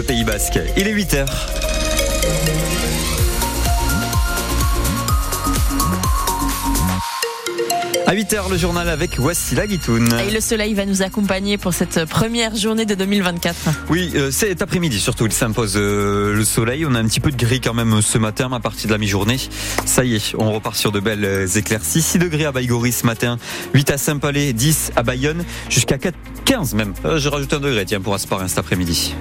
Bleu Pays Basque. Il est 8h. À 8h, le journal avec Wassila Guitoun. Et le soleil va nous accompagner pour cette première journée de 2024. Oui, cet après-midi surtout, il s'impose le soleil. On a un petit peu de gris quand même ce matin, à partir de la mi-journée. Ça y est, on repart sur de belles éclaircies. 6 degrés à Baïgorry ce matin, 8 à Saint-Palais, 10 à Bayonne, jusqu'à 15 même. Je rajoute un degré, tiens, pour Aspar cet après-midi.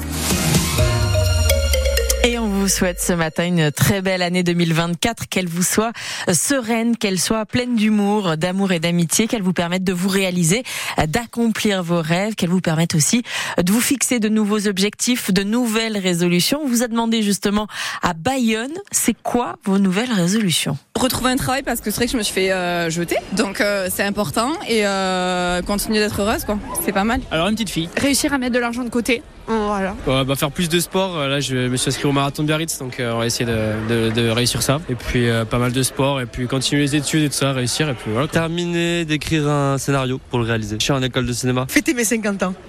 Et on vous souhaite ce matin une très belle année 2024, qu'elle vous soit sereine, qu'elle soit pleine d'humour, d'amour et d'amitié, qu'elle vous permette de vous réaliser, d'accomplir vos rêves, qu'elle vous permette aussi de vous fixer de nouveaux objectifs, de nouvelles résolutions. On vous a demandé justement à Bayonne, c'est quoi vos nouvelles résolutions ? Retrouver un travail parce que c'est vrai que je me suis fait jeter, donc c'est important et continuer d'être heureuse, quoi. C'est pas mal. Alors une petite fille. Réussir à mettre de l'argent de côté. Voilà. Faire plus de sport. Là, je me suis inscrit au marathon de Biarritz, donc on va essayer de réussir ça. Et puis pas mal de sport, et puis continuer les études et tout ça, réussir. Et puis voilà. Terminer d'écrire un scénario pour le réaliser. Je suis en école de cinéma. Fêter mes 50 ans.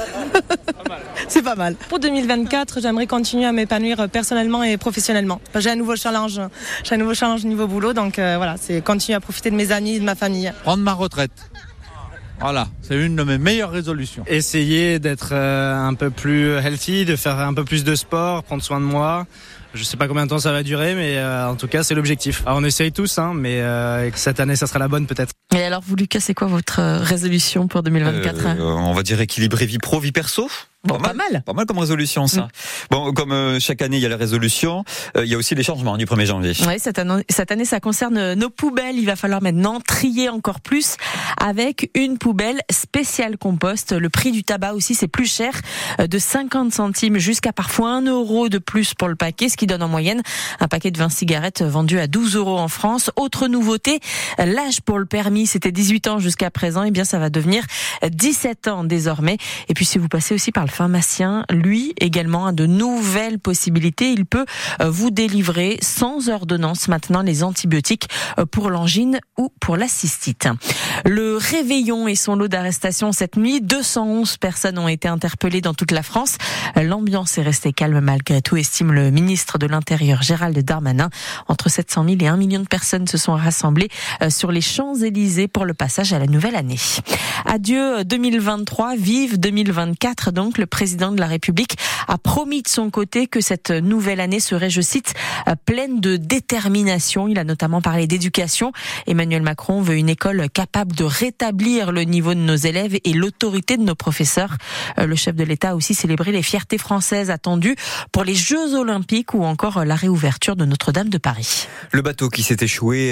C'est pas mal. Pour 2024, j'aimerais continuer à m'épanouir personnellement et professionnellement. J'ai un nouveau challenge niveau boulot, donc voilà, c'est continuer à profiter de mes amis et de ma famille. Prendre ma retraite. Voilà, c'est une de mes meilleures résolutions. Essayer d'être un peu plus healthy, de faire un peu plus de sport, prendre soin de moi. Je sais pas combien de temps ça va durer, mais en tout cas, c'est l'objectif. Alors, on essaye tous, mais cette année, ça sera la bonne peut-être. Et alors, vous, Lucas, c'est quoi votre résolution pour 2024 ? On va dire équilibrer vie pro, vie perso. Bon, pas mal. Pas mal comme résolution, ça. Bon, comme chaque année, il y a les résolutions, il y a aussi les changements du 1er janvier. Oui, cette année, ça concerne nos poubelles. Il va falloir maintenant trier encore plus avec une poubelle spéciale compost. Le prix du tabac aussi, c'est plus cher, de 50 centimes jusqu'à parfois 1 euro de plus pour le paquet, ce qui donne en moyenne un paquet de 20 cigarettes vendu à 12 euros en France. Autre nouveauté, l'âge pour le permis, c'était 18 ans jusqu'à présent. Eh bien, ça va devenir 17 ans désormais. Et puis, si vous passez aussi par le pharmacien, lui également a de nouvelles possibilités. Il peut vous délivrer sans ordonnance maintenant les antibiotiques pour l'angine ou pour la cystite. Le réveillon et son lot d'arrestations cette nuit. 211 personnes ont été interpellées dans toute la France. L'ambiance est restée calme malgré tout, estime le ministre de l'Intérieur Gérald Darmanin. Entre 700 000 et 1 million de personnes se sont rassemblées sur les Champs-Élysées pour le passage à la nouvelle année. Adieu 2023, vive 2024 donc. Le président de la République a promis de son côté que cette nouvelle année serait, je cite, pleine de détermination. Il a notamment parlé d'éducation. Emmanuel Macron veut une école capable de rétablir le niveau de nos élèves et l'autorité de nos professeurs. Le chef de l'État a aussi célébré les fiertés françaises attendues pour les Jeux Olympiques ou encore la réouverture de Notre-Dame de Paris. Le bateau qui s'est échoué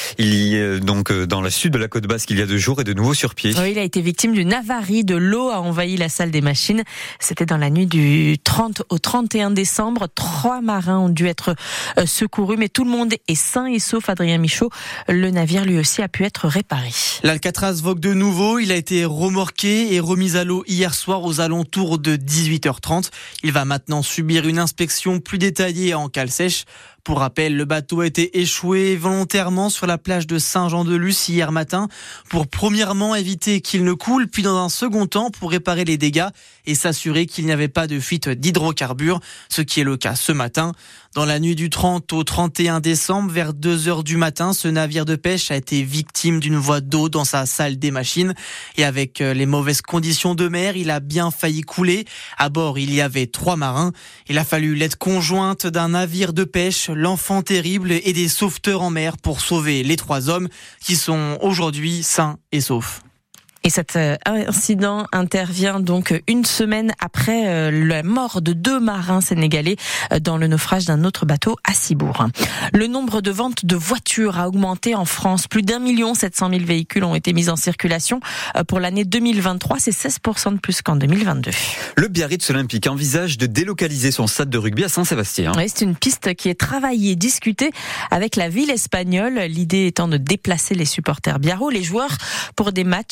donc dans le sud de la côte basque il y a 2 jours est de nouveau sur pied. Oui, il a été victime d'une avarie. De l'eau a envahi la salle des machines. C'était dans la nuit du 30 au 31 décembre. 3 marins ont dû être secourus, mais tout le monde est sain et sauf. Adrien Michaud, le navire lui aussi a pu être réparé. L'Alcatraz vogue de nouveau. Il a été remorqué et remis à l'eau hier soir aux alentours de 18h30. Il va maintenant subir une inspection plus détaillée en cale sèche. Pour rappel, le bateau a été échoué volontairement sur la plage de Saint-Jean-de-Luz hier matin pour premièrement éviter qu'il ne coule, puis dans un second temps pour réparer les dégâts et s'assurer qu'il n'y avait pas de fuite d'hydrocarbures, ce qui est le cas ce matin. Dans la nuit du 30 au 31 décembre, vers 2h du matin, ce navire de pêche a été victime d'une voie d'eau dans sa salle des machines. Et avec les mauvaises conditions de mer, il a bien failli couler. À bord, il y avait 3 marins. Il a fallu l'aide conjointe d'un navire de pêche, l'Enfant Terrible et des sauveteurs en mer pour sauver les 3 hommes qui sont aujourd'hui sains et saufs. Et cet incident intervient donc une semaine après la mort de 2 marins sénégalais dans le naufrage d'un autre bateau à Cibourg. Le nombre de ventes de voitures a augmenté en France. Plus d'1 700 000 véhicules ont été mis en circulation pour l'année 2023. C'est 16% de plus qu'en 2022. Le Biarritz Olympique envisage de délocaliser son stade de rugby à Saint-Sébastien. Oui, c'est une piste qui est travaillée, discutée avec la ville espagnole. L'idée étant de déplacer les supporters biarros, les joueurs, pour des matchs joués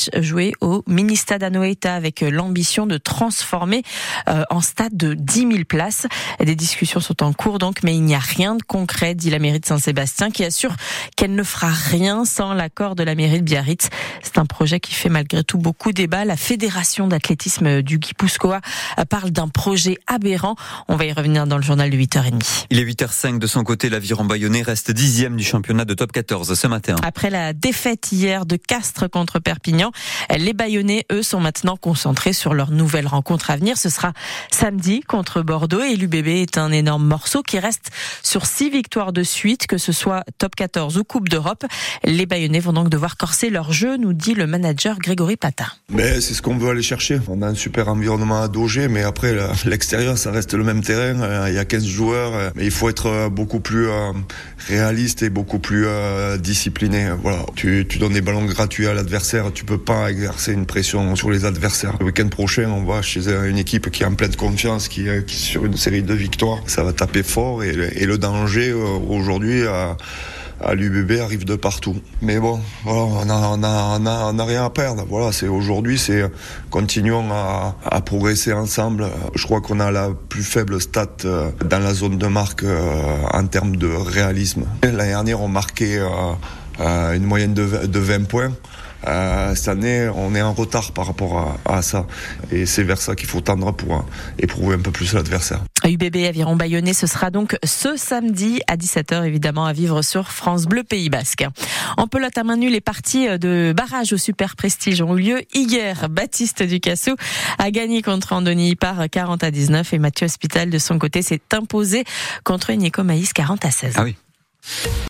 jouer au mini-stade Anoeta avec l'ambition de transformer en stade de 10 000 places. Des discussions sont en cours donc, mais il n'y a rien de concret, dit la mairie de Saint-Sébastien, qui assure qu'elle ne fera rien sans l'accord de la mairie de Biarritz. C'est un projet qui fait malgré tout beaucoup débat. La fédération d'athlétisme du Guipuscoa parle d'un projet aberrant. On va y revenir dans le journal de 8h30. Il est 8h05 de son côté, l'Aviron Bayonnais reste 10e du championnat de top 14 ce matin. Après la défaite hier de Castres contre Perpignan, les Bayonnais, eux, sont maintenant concentrés sur leur nouvelle rencontre à venir. Ce sera samedi contre Bordeaux et l'UBB est un énorme morceau qui reste sur 6 victoires de suite, que ce soit top 14 ou Coupe d'Europe. Les Bayonnais vont donc devoir corser leur jeu, nous dit le manager Grégory Patin. Mais c'est ce qu'on veut aller chercher. On a un super environnement à Daugé, mais après l'extérieur, ça reste le même terrain. Il y a 15 joueurs, mais il faut être beaucoup plus réaliste et beaucoup plus discipliné. Voilà, tu donnes des ballons gratuits à l'adversaire, tu peux pas exercer une pression sur les adversaires. Le week-end prochain, on va chez une équipe qui est en pleine confiance, qui est sur une série de victoires. Ça va taper fort et le danger aujourd'hui à l'UBB arrive de partout. Mais bon, voilà, on a rien à perdre. Voilà, aujourd'hui, continuons à progresser ensemble. Je crois qu'on a la plus faible stat dans la zone de marque en termes de réalisme. L'année dernière, on marquait une moyenne de 20 points. Cette année, on est en retard par rapport à ça. Et c'est vers ça qu'il faut tendre pour éprouver un peu plus l'adversaire. UBB Aviron Bayonnais, ce sera donc ce samedi à 17h, évidemment, à vivre sur France Bleu Pays Basque. En pelote à main nue, les parties de barrage au Super Prestige ont eu lieu hier. Baptiste Ducassou a gagné contre Andoni par 40-19 et Mathieu Hospital, de son côté, s'est imposé contre Nico Maïs 40-16. Ah oui.